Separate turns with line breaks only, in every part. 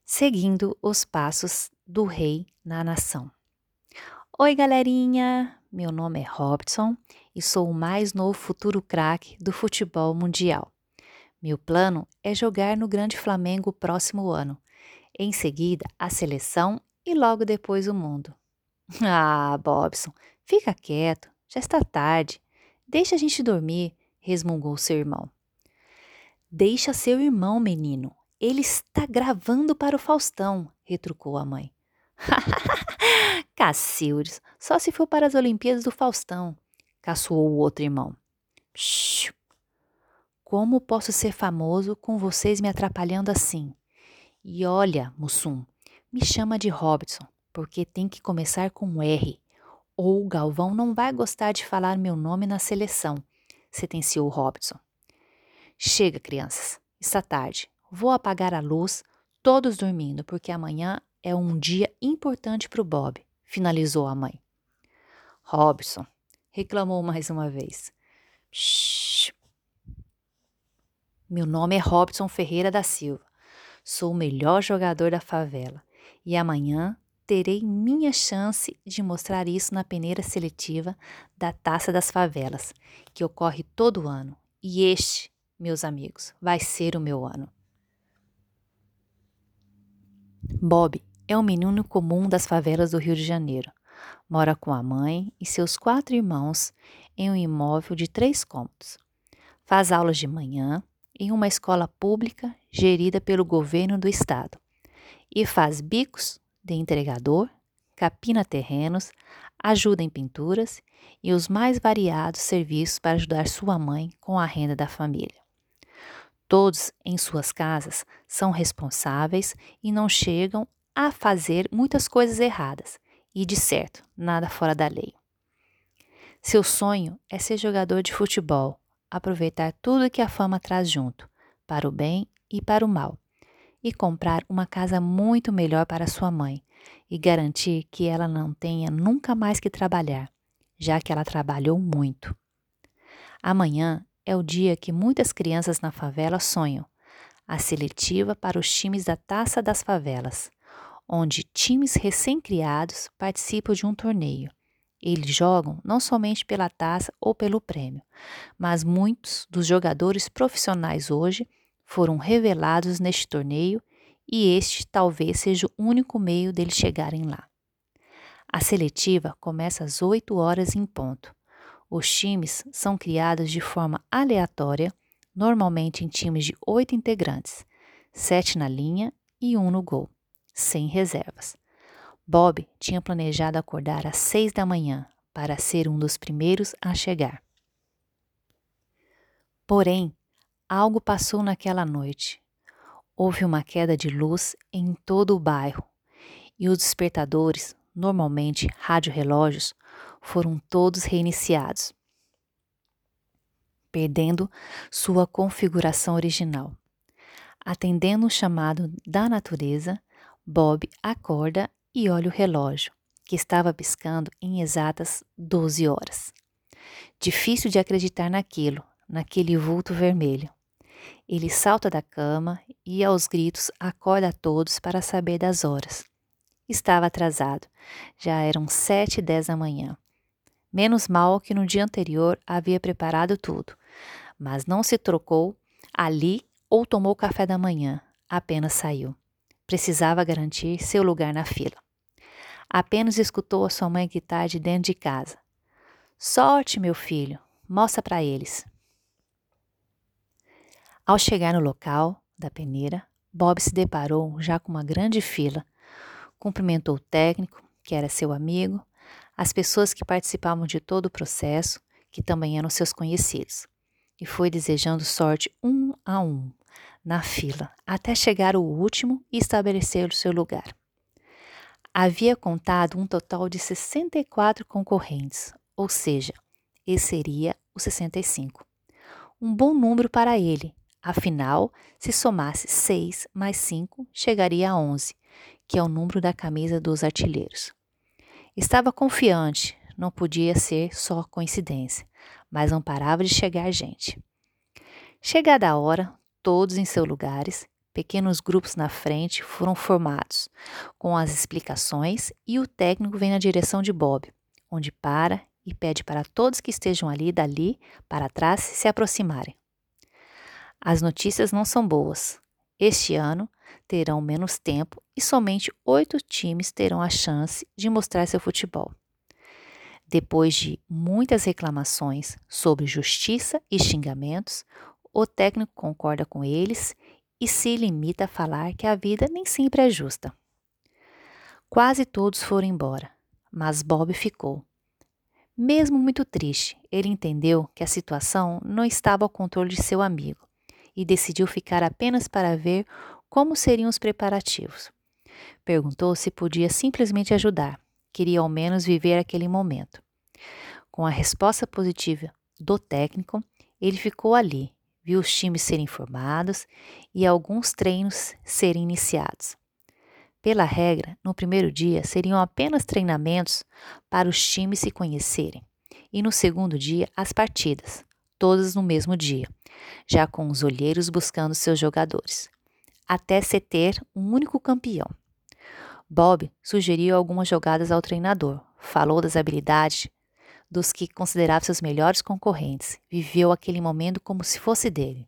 Seguindo os passos do rei na nação. Oi, galerinha! Meu nome é Robson e sou o mais novo futuro craque do futebol mundial. Meu plano é jogar no Grande Flamengo o próximo ano, em seguida a seleção e logo depois o mundo. Ah, Bobson, fica quieto, já está tarde. Deixa a gente dormir, resmungou seu irmão. Deixa seu irmão, menino. Ele está gravando para o Faustão, retrucou a mãe. Cacildes, só se for para as Olimpíadas do Faustão, caçoou o outro irmão. Shhh! Como posso ser famoso com vocês me atrapalhando assim? E olha, Mussum, me chama de Robson, porque tem que começar com R. Ou o Galvão não vai gostar de falar meu nome na seleção, sentenciou Robson. Chega, crianças, está tarde. Vou apagar a luz, todos dormindo, porque amanhã é um dia importante para o Bob, finalizou a mãe. Robson, reclamou mais uma vez. Shhh. Meu nome é Robson Ferreira da Silva. Sou o melhor jogador da favela e amanhã terei minha chance de mostrar isso na peneira seletiva da Taça das Favelas, que ocorre todo ano. E este, meus amigos, vai ser o meu ano. Bob é um menino comum das favelas do Rio de Janeiro. Mora com a mãe e seus 4 irmãos em um imóvel de 3 cômodos. Faz aulas de manhã em uma escola pública gerida pelo governo do estado e faz bicos de entregador, capina terrenos, ajuda em pinturas e os mais variados serviços para ajudar sua mãe com a renda da família. Todos em suas casas são responsáveis e não chegam a fazer muitas coisas erradas e, de certo, nada fora da lei. Seu sonho é ser jogador de futebol, aproveitar tudo que a fama traz junto, para o bem e para o mal, e comprar uma casa muito melhor para sua mãe e garantir que ela não tenha nunca mais que trabalhar, já que ela trabalhou muito. Amanhã é o dia que muitas crianças na favela sonham, a seletiva para os times da Taça das Favelas, onde times recém-criados participam de um torneio. Eles jogam não somente pela taça ou pelo prêmio, mas muitos dos jogadores profissionais hoje foram revelados neste torneio e este talvez seja o único meio deles chegarem lá. A seletiva começa às 8 horas em ponto. Os times são criados de forma aleatória, normalmente em times de 8 integrantes, 7 na linha e 1 no gol, sem reservas. Bob tinha planejado acordar às 6 da manhã para ser um dos primeiros a chegar. Porém, algo passou naquela noite. Houve uma queda de luz em todo o bairro e os despertadores, normalmente rádio-relógios, foram todos reiniciados, perdendo sua configuração original. Atendendo o chamado da natureza, Bob acorda e olha o relógio, que estava piscando em exatas 12 horas. Difícil de acreditar naquele vulto vermelho. Ele salta da cama e, aos gritos, acorda a todos para saber das horas. Estava atrasado. Já eram 7h10 da manhã. Menos mal que no dia anterior havia preparado tudo, mas não se trocou ali ou tomou café da manhã, apenas saiu. Precisava garantir seu lugar na fila. Apenas escutou a sua mãe gritar de dentro de casa. Sorte, meu filho, mostra para eles. Ao chegar no local da peneira, Bob se deparou já com uma grande fila. Cumprimentou o técnico, que era seu amigo, as pessoas que participavam de todo o processo, que também eram seus conhecidos, e foi desejando sorte um a um, na fila, até chegar o último e estabelecer o seu lugar. Havia contado um total de 64 concorrentes, ou seja, esse seria o 65. Um bom número para ele, afinal, se somasse 6 mais 5, chegaria a 11, que é o número da camisa dos artilheiros. Estava confiante, não podia ser só coincidência, mas não parava de chegar gente. Chegada a hora, todos em seus lugares, pequenos grupos na frente foram formados, com as explicações, e o técnico vem na direção de Bob, onde para e pede para todos que estejam ali, dali, para trás, se aproximarem. As notícias não são boas. Este ano terão menos tempo e somente 8 times terão a chance de mostrar seu futebol. Depois de muitas reclamações sobre justiça e xingamentos, o técnico concorda com eles e se limita a falar que a vida nem sempre é justa. Quase todos foram embora, mas Bob ficou. Mesmo muito triste, ele entendeu que a situação não estava ao controle de seu amigo e decidiu ficar apenas para ver como seriam os preparativos. Perguntou se podia simplesmente ajudar, queria ao menos viver aquele momento. Com a resposta positiva do técnico, ele ficou ali, viu os times serem formados e alguns treinos serem iniciados. Pela regra, no primeiro dia seriam apenas treinamentos para os times se conhecerem, e no segundo dia as partidas, todas no mesmo dia, já com os olheiros buscando seus jogadores, até se ter um único campeão. Bob sugeriu algumas jogadas ao treinador, falou das habilidades dos que considerava seus melhores concorrentes, viveu aquele momento como se fosse dele.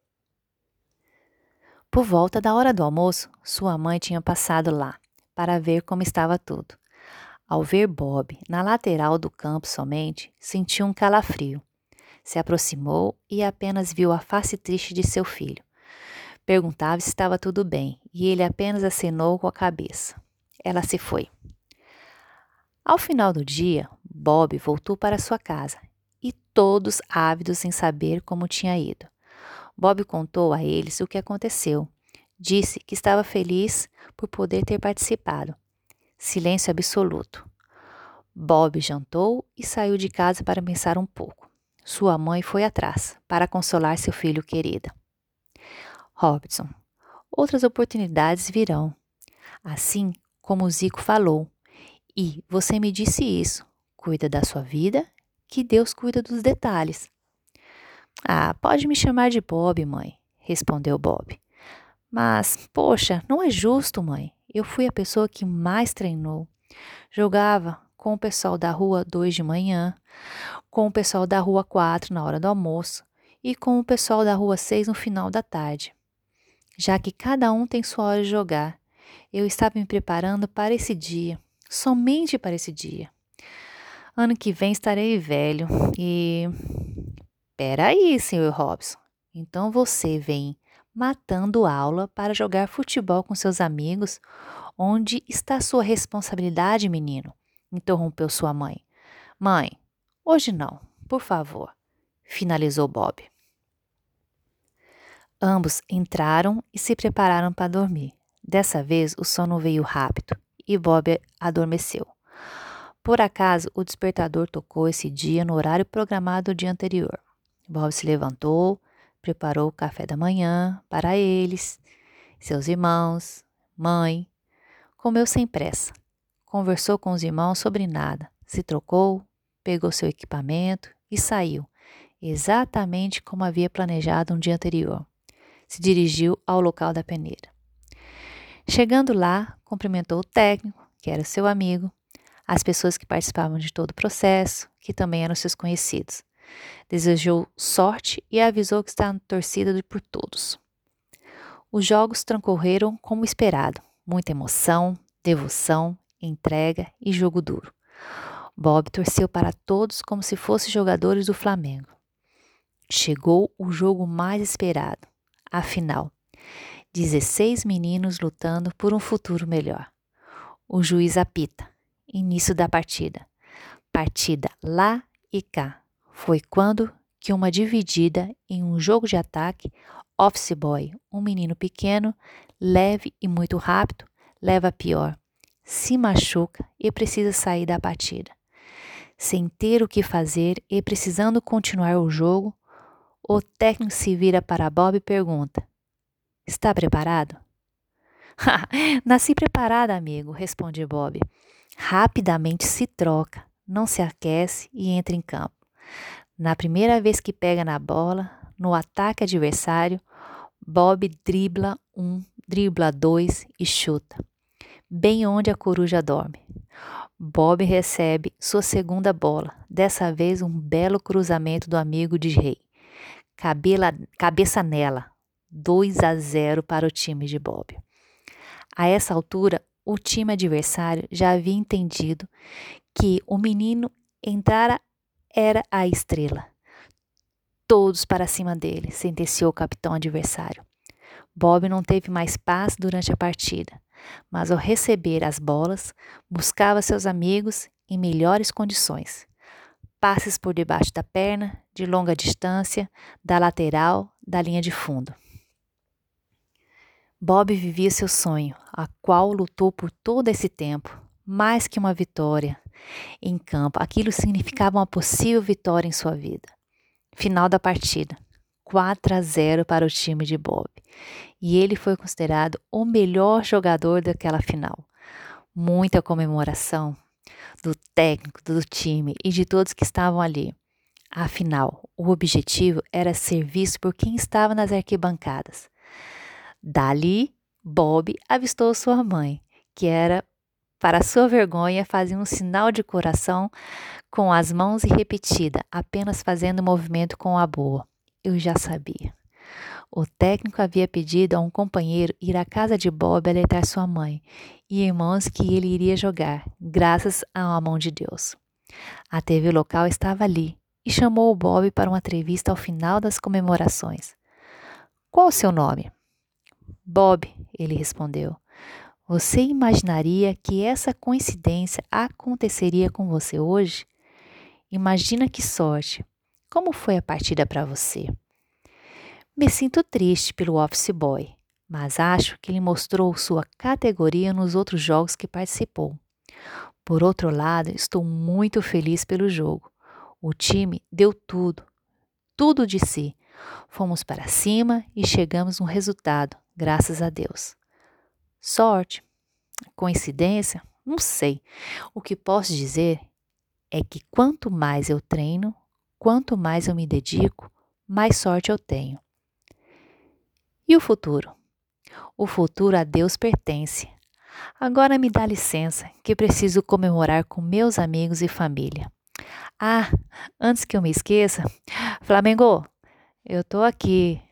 Por volta da hora do almoço, sua mãe tinha passado lá, para ver como estava tudo. Ao ver Bob na lateral do campo somente, sentiu um calafrio. Se aproximou e apenas viu a face triste de seu filho. Perguntava se estava tudo bem, e ele apenas acenou com a cabeça. Ela se foi. Ao final do dia, Bob voltou para sua casa, e todos ávidos em saber como tinha ido. Bob contou a eles o que aconteceu. Disse que estava feliz por poder ter participado. Silêncio absoluto. Bob jantou e saiu de casa para pensar um pouco. Sua mãe foi atrás, para consolar seu filho querido. Robson, outras oportunidades virão. Assim como o Zico falou. E você me disse isso. Cuida da sua vida, que Deus cuida dos detalhes. Ah, pode me chamar de Bob, mãe, respondeu Bob. Mas, poxa, não é justo, mãe. Eu fui a pessoa que mais treinou. Jogava com o pessoal da rua 2 de manhã, com o pessoal da rua 4 na hora do almoço e com o pessoal da rua 6 no final da tarde. Já que cada um tem sua hora de jogar, eu estava me preparando para esse dia, somente para esse dia. Ano que vem estarei velho e... Peraí, senhor Robson. Então você vem matando aula para jogar futebol com seus amigos? Onde está sua responsabilidade, menino? Interrompeu sua mãe. Mãe, hoje não, por favor, finalizou Bob. Ambos entraram e se prepararam para dormir. Dessa vez o sono veio rápido e Bob adormeceu. Por acaso, o despertador tocou esse dia no horário programado do dia anterior. Bob se levantou, preparou o café da manhã para eles, seus irmãos, mãe. Comeu sem pressa. Conversou com os irmãos sobre nada. Se trocou, pegou seu equipamento e saiu, exatamente como havia planejado um dia anterior. Se dirigiu ao local da peneira. Chegando lá, cumprimentou o técnico, que era seu amigo, as pessoas que participavam de todo o processo, que também eram seus conhecidos. Desejou sorte e avisou que estava torcida por todos. Os jogos transcorreram como esperado. Muita emoção, devoção, entrega e jogo duro. Bob torceu para todos como se fossem jogadores do Flamengo. Chegou o jogo mais esperado, a final. 16 meninos lutando por um futuro melhor. O juiz apita. Início da partida. Partida lá e cá. Foi quando que uma dividida em um jogo de ataque, office boy, um menino pequeno, leve e muito rápido, leva a pior, se machuca e precisa sair da partida. Sem ter o que fazer e precisando continuar o jogo, o técnico se vira para Bob e pergunta: Está preparado? Nasci preparada, amigo, responde Bob. Rapidamente se troca, não se aquece e entra em campo. Na primeira vez que pega na bola, no ataque adversário, Bob dribla um, dribla dois e chuta, bem onde a coruja dorme. Bob recebe sua segunda bola, dessa vez um belo cruzamento do amigo de rei. Cabeça nela, 2-0 para o time de Bob. A essa altura, o time adversário já havia entendido que o menino entrara era a estrela. Todos para cima dele, sentenciou o capitão adversário. Bob não teve mais paz durante a partida, mas ao receber as bolas, buscava seus amigos em melhores condições. Passes por debaixo da perna, de longa distância, da lateral, da linha de fundo. Bob vivia seu sonho, a qual lutou por todo esse tempo, mais que uma vitória em campo. Aquilo significava uma possível vitória em sua vida. Final da partida, 4-0 para o time de Bob. E ele foi considerado o melhor jogador daquela final. Muita comemoração do técnico, do time e de todos que estavam ali. Afinal, o objetivo era ser visto por quem estava nas arquibancadas. Dali, Bob avistou sua mãe, que era, para sua vergonha, fazia um sinal de coração com as mãos e repetida, apenas fazendo movimento com a boa. Eu já sabia. O técnico havia pedido a um companheiro ir à casa de Bob alertar sua mãe e irmãos que ele iria jogar, graças à mão de Deus. A TV local estava ali e chamou o Bob para uma entrevista ao final das comemorações. Qual o seu nome? Bob, ele respondeu. Você imaginaria que essa coincidência aconteceria com você hoje? Imagina que sorte. Como foi a partida para você? Me sinto triste pelo office boy, mas acho que ele mostrou sua categoria nos outros jogos que participou. Por outro lado, estou muito feliz pelo jogo. O time deu tudo de si. Fomos para cima e chegamos no resultado, graças a Deus. Sorte? Coincidência? Não sei. O que posso dizer é que quanto mais eu treino, quanto mais eu me dedico, mais sorte eu tenho. E o futuro? O futuro a Deus pertence. Agora me dá licença, que preciso comemorar com meus amigos e família. Ah, antes que eu me esqueça, Flamengo, eu tô aqui.